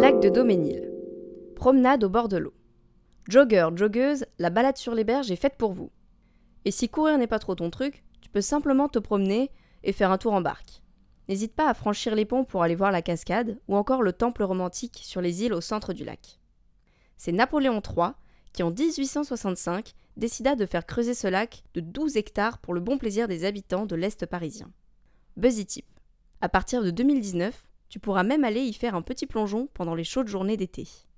Lac de Daumesnil. Promenade au bord de l'eau. Jogger, joggeuse, la balade sur les berges est faite pour vous. Et si courir n'est pas trop ton truc, tu peux simplement te promener et faire un tour en barque. N'hésite pas à franchir les ponts pour aller voir la cascade ou encore le temple romantique sur les îles au centre du lac. C'est Napoléon III qui, en 1865, décida de faire creuser ce lac de 12 hectares pour le bon plaisir des habitants de l'Est parisien. Buzzy Tip. À partir de 2019, tu pourras même aller y faire un petit plongeon pendant les chaudes journées d'été.